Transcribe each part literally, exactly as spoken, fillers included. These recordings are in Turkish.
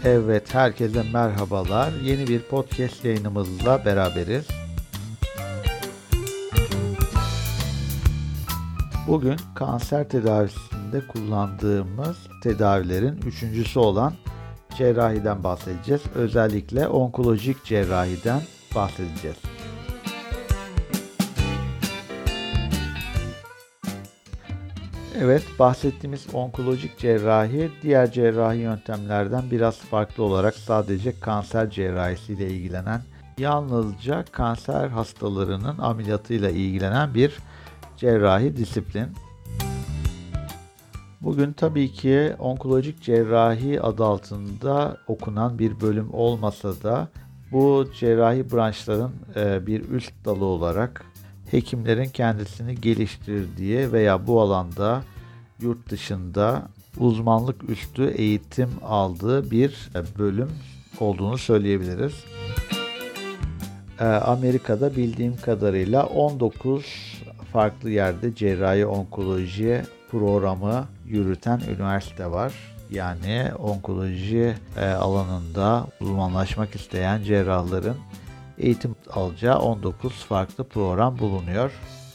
Evet, herkese merhabalar. Yeni bir podcast yayınımızla beraberiz. Bugün kanser tedavisinde kullandığımız tedavilerin üçüncüsü olan cerrahiden bahsedeceğiz. Özellikle onkolojik cerrahiden bahsedeceğiz. Evet, bahsettiğimiz onkolojik cerrahi diğer cerrahi yöntemlerden biraz farklı olarak sadece kanser cerrahisiyle ilgilenen, yalnızca kanser hastalarının ameliyatıyla ilgilenen bir cerrahi disiplin. Bugün tabii ki onkolojik cerrahi adı altında okunan bir bölüm olmasa da bu cerrahi branşların bir üst dalı olarak hekimlerin kendisini geliştirdiği veya bu alanda yurt dışında uzmanlık üstü eğitim aldığı bir bölüm olduğunu söyleyebiliriz. Amerika'da bildiğim kadarıyla on dokuz farklı yerde cerrahi onkoloji programı yürüten üniversite var. Yani onkoloji alanında uzmanlaşmak isteyen cerrahların eğitim alacağı on dokuz farklı program bulunuyor.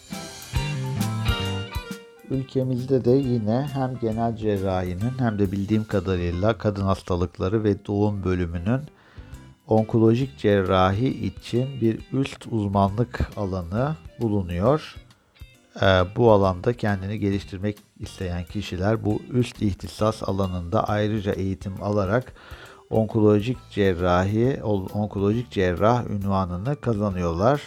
Ülkemizde de yine hem genel cerrahinin hem de bildiğim kadarıyla kadın hastalıkları ve doğum bölümünün onkolojik cerrahi için bir üst uzmanlık alanı bulunuyor. Bu alanda kendini geliştirmek isteyen kişiler bu üst ihtisas alanında ayrıca eğitim alarak onkolojik cerrahi, onkolojik cerrah unvanını kazanıyorlar.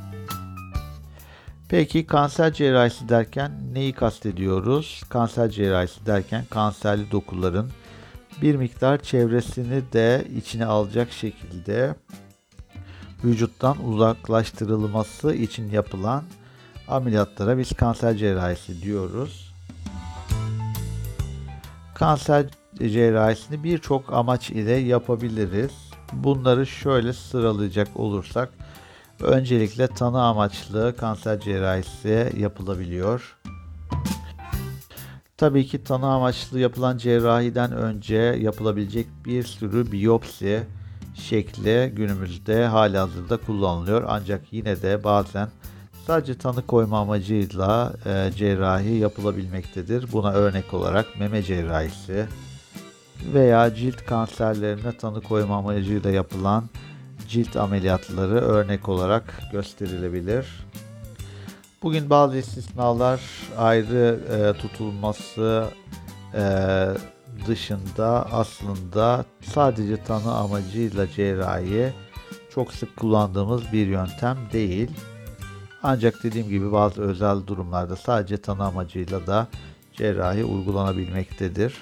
Peki kanser cerrahisi derken neyi kastediyoruz? Kanser cerrahisi derken kanserli dokuların bir miktar çevresini de içine alacak şekilde vücuttan uzaklaştırılması için yapılan ameliyatlara biz kanser cerrahisi diyoruz. Kanser cerrahisini birçok amaç ile yapabiliriz. Bunları şöyle sıralayacak olursak, öncelikle tanı amaçlı kanser cerrahisi yapılabiliyor. Tabii ki tanı amaçlı yapılan cerrahiden önce yapılabilecek bir sürü biyopsi şekli günümüzde halihazırda kullanılıyor. Ancak yine de bazen sadece tanı koyma amacıyla e, cerrahi yapılabilmektedir. Buna örnek olarak meme cerrahisi veya cilt kanserlerine tanı koyma amacıyla yapılan cilt ameliyatları örnek olarak gösterilebilir. Bugün bazı istisnalar ayrı e, tutulması e, dışında aslında sadece tanı amacıyla cerrahi çok sık kullandığımız bir yöntem değil. Ancak dediğim gibi bazı özel durumlarda sadece tanı amacıyla da cerrahi uygulanabilmektedir.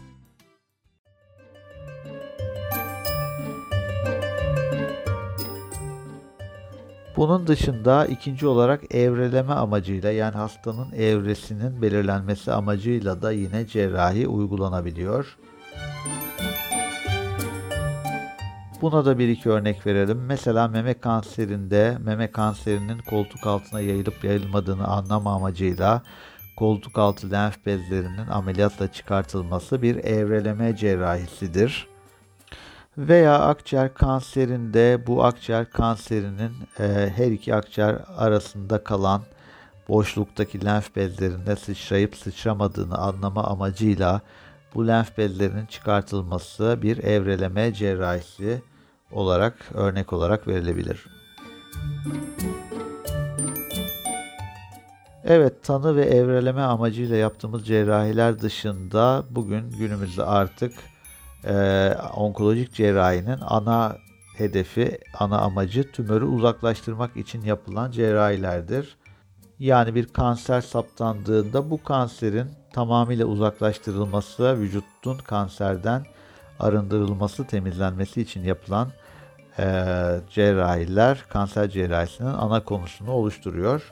Bunun dışında ikinci olarak evreleme amacıyla, yani hastanın evresinin belirlenmesi amacıyla da yine cerrahi uygulanabiliyor. Buna da bir iki örnek verelim. Mesela meme kanserinde meme kanserinin koltuk altına yayılıp yayılmadığını anlama amacıyla koltuk altı lenf bezlerinin ameliyatla çıkartılması bir evreleme cerrahisidir. Veya akciğer kanserinde bu akciğer kanserinin e, her iki akciğer arasında kalan boşluktaki lenf bezlerinde sıçrayıp sıçramadığını anlama amacıyla bu lenf bezlerinin çıkartılması bir evreleme cerrahisi olarak örnek olarak verilebilir. Evet, tanı ve evreleme amacıyla yaptığımız cerrahiler dışında bugün günümüzde artık Ee, onkolojik cerrahinin ana hedefi, ana amacı tümörü uzaklaştırmak için yapılan cerrahilerdir. Yani bir kanser saptandığında bu kanserin tamamıyla uzaklaştırılması, vücutun kanserden arındırılması, temizlenmesi için yapılan e, cerrahiler kanser cerrahisinin ana konusunu oluşturuyor.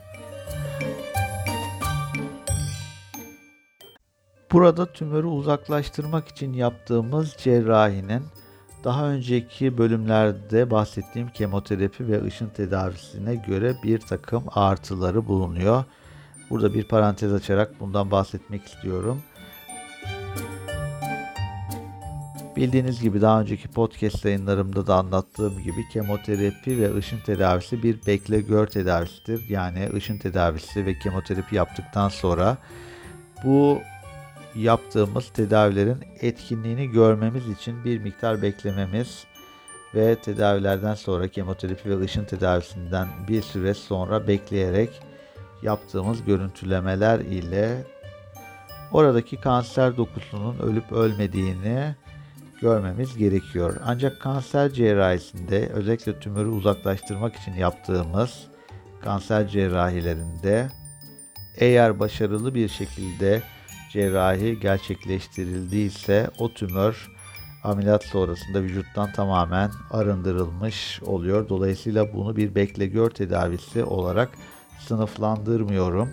Burada tümörü uzaklaştırmak için yaptığımız cerrahinin daha önceki bölümlerde bahsettiğim kemoterapi ve ışın tedavisine göre bir takım artıları bulunuyor. Burada bir parantez açarak bundan bahsetmek istiyorum. Bildiğiniz gibi daha önceki podcast yayınlarımda da anlattığım gibi kemoterapi ve ışın tedavisi bir bekle gör tedavisidir. Yani ışın tedavisi ve kemoterapi yaptıktan sonra bu yaptığımız tedavilerin etkinliğini görmemiz için bir miktar beklememiz ve tedavilerden sonra kemoterapi ve ışın tedavisinden bir süre sonra bekleyerek yaptığımız görüntülemeler ile oradaki kanser dokusunun ölüp ölmediğini görmemiz gerekiyor. Ancak kanser cerrahisinde özellikle tümörü uzaklaştırmak için yaptığımız kanser cerrahilerinde eğer başarılı bir şekilde cerrahi gerçekleştirildiyse o tümör ameliyat sonrasında vücuttan tamamen arındırılmış oluyor. Dolayısıyla bunu bir bekle gör tedavisi olarak sınıflandırmıyorum.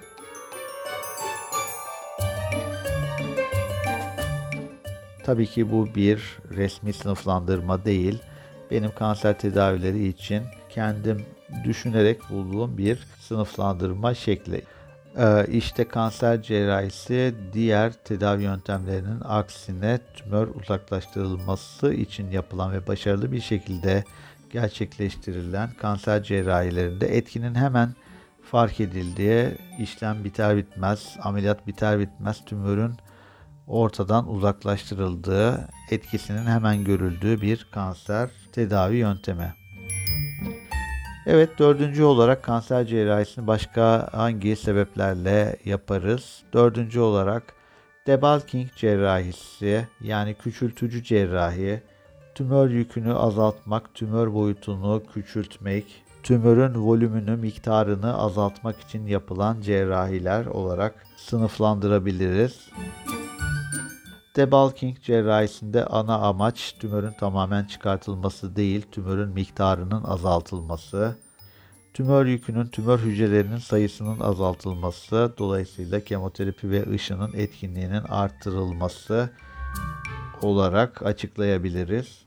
Tabii ki bu bir resmi sınıflandırma değil. Benim kanser tedavileri için kendim düşünerek bulduğum bir sınıflandırma şekli. Ee, işte kanser cerrahisi diğer tedavi yöntemlerinin aksine tümör uzaklaştırılması için yapılan ve başarılı bir şekilde gerçekleştirilen kanser cerrahilerinde etkinin hemen fark edildiği, işlem biter bitmez, ameliyat biter bitmez tümörün ortadan uzaklaştırıldığı, etkisinin hemen görüldüğü bir kanser tedavi yöntemi. Evet, dördüncü olarak kanser cerrahisini başka hangi sebeplerle yaparız? Dördüncü olarak debulking cerrahisi, yani küçültücü cerrahi, tümör yükünü azaltmak, tümör boyutunu küçültmek, tümörün volümünü, miktarını azaltmak için yapılan cerrahiler olarak sınıflandırabiliriz. Debulking cerrahisinde ana amaç tümörün tamamen çıkartılması değil, tümörün miktarının azaltılması, tümör yükünün, tümör hücrelerinin sayısının azaltılması, dolayısıyla kemoterapi ve ışının etkinliğinin arttırılması olarak açıklayabiliriz.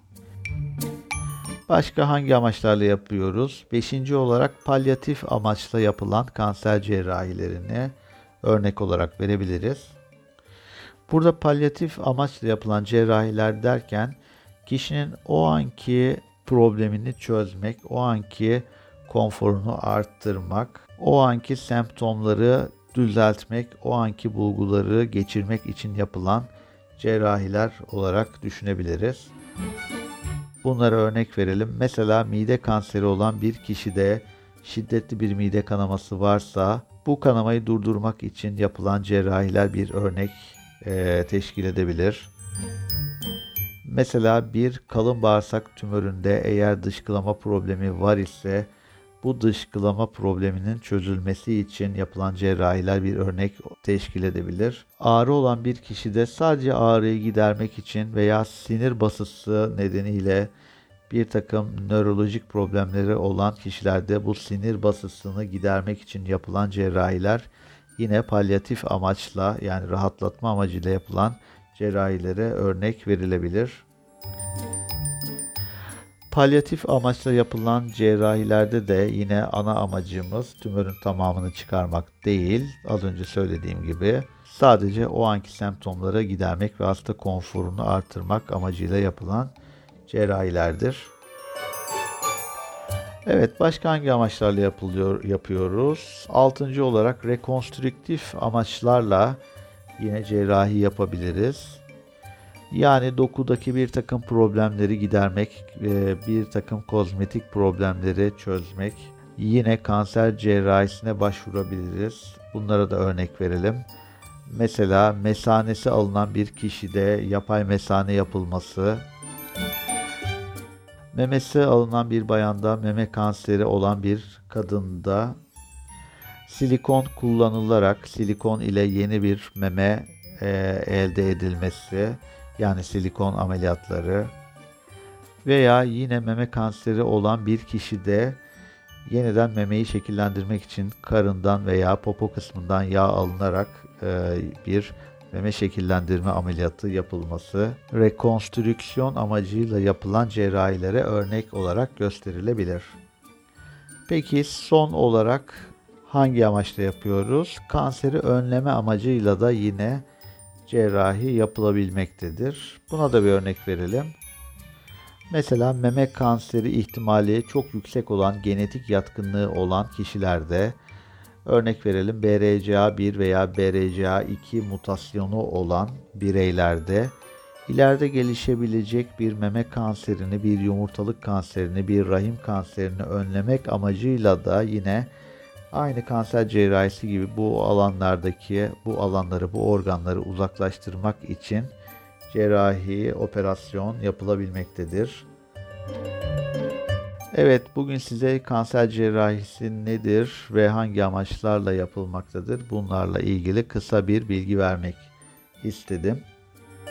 Başka hangi amaçlarla yapıyoruz? Beşinci olarak palyatif amaçla yapılan kanser cerrahilerini örnek olarak verebiliriz. Burada palyatif amaçla yapılan cerrahiler derken kişinin o anki problemini çözmek, o anki konforunu arttırmak, o anki semptomları düzeltmek, o anki bulguları geçirmek için yapılan cerrahiler olarak düşünebiliriz. Bunlara örnek verelim. Mesela mide kanseri olan bir kişide şiddetli bir mide kanaması varsa bu kanamayı durdurmak için yapılan cerrahiler bir örnek e, teşkil edebilir. Mesela bir kalın bağırsak tümöründe eğer dışkılama problemi var ise bu dışkılama probleminin çözülmesi için yapılan cerrahiler bir örnek teşkil edebilir. Ağrı olan bir kişide sadece ağrıyı gidermek için veya sinir basısı nedeniyle bir takım nörolojik problemleri olan kişilerde bu sinir basısını gidermek için yapılan cerrahiler yine palyatif amaçla, yani rahatlatma amacıyla yapılan cerrahilere örnek verilebilir. Palyatif amaçla yapılan cerrahilerde de yine ana amacımız tümörün tamamını çıkarmak değil, az önce söylediğim gibi sadece o anki semptomlara gidermek ve hasta konforunu artırmak amacıyla yapılan cerrahilerdir. Evet, başka hangi amaçlarla yapılıyor, yapıyoruz? Altıncı olarak rekonstrüktif amaçlarla yine cerrahi yapabiliriz. Yani dokudaki bir takım problemleri gidermek, bir takım kozmetik problemleri çözmek. Yine kanser cerrahisine başvurabiliriz. Bunlara da örnek verelim. Mesela mesanesi alınan bir kişide yapay mesane yapılması, memesi alınan bir bayanda, meme kanseri olan bir kadında silikon kullanılarak silikon ile yeni bir meme e, elde edilmesi, yani silikon ameliyatları veya yine meme kanseri olan bir kişide yeniden memeyi şekillendirmek için karından veya popo kısmından yağ alınarak e, bir meme şekillendirme ameliyatı yapılması, rekonstrüksiyon amacıyla yapılan cerrahilere örnek olarak gösterilebilir. Peki son olarak hangi amaçla yapıyoruz? Kanseri önleme amacıyla da yine cerrahi yapılabilmektedir. Buna da bir örnek verelim. Mesela meme kanseri ihtimali çok yüksek olan, genetik yatkınlığı olan kişilerde, örnek verelim B R C A bir veya B R C A iki mutasyonu olan bireylerde ileride gelişebilecek bir meme kanserini, bir yumurtalık kanserini, bir rahim kanserini önlemek amacıyla da yine aynı kanser cerrahisi gibi bu alanlardaki bu alanları, bu organları uzaklaştırmak için cerrahi operasyon yapılabilmektedir. Evet, bugün size kanser cerrahisi nedir ve hangi amaçlarla yapılmaktadır? Bunlarla ilgili kısa bir bilgi vermek istedim.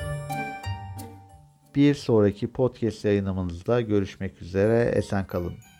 Bir sonraki podcast yayınımızda görüşmek üzere. Esen kalın.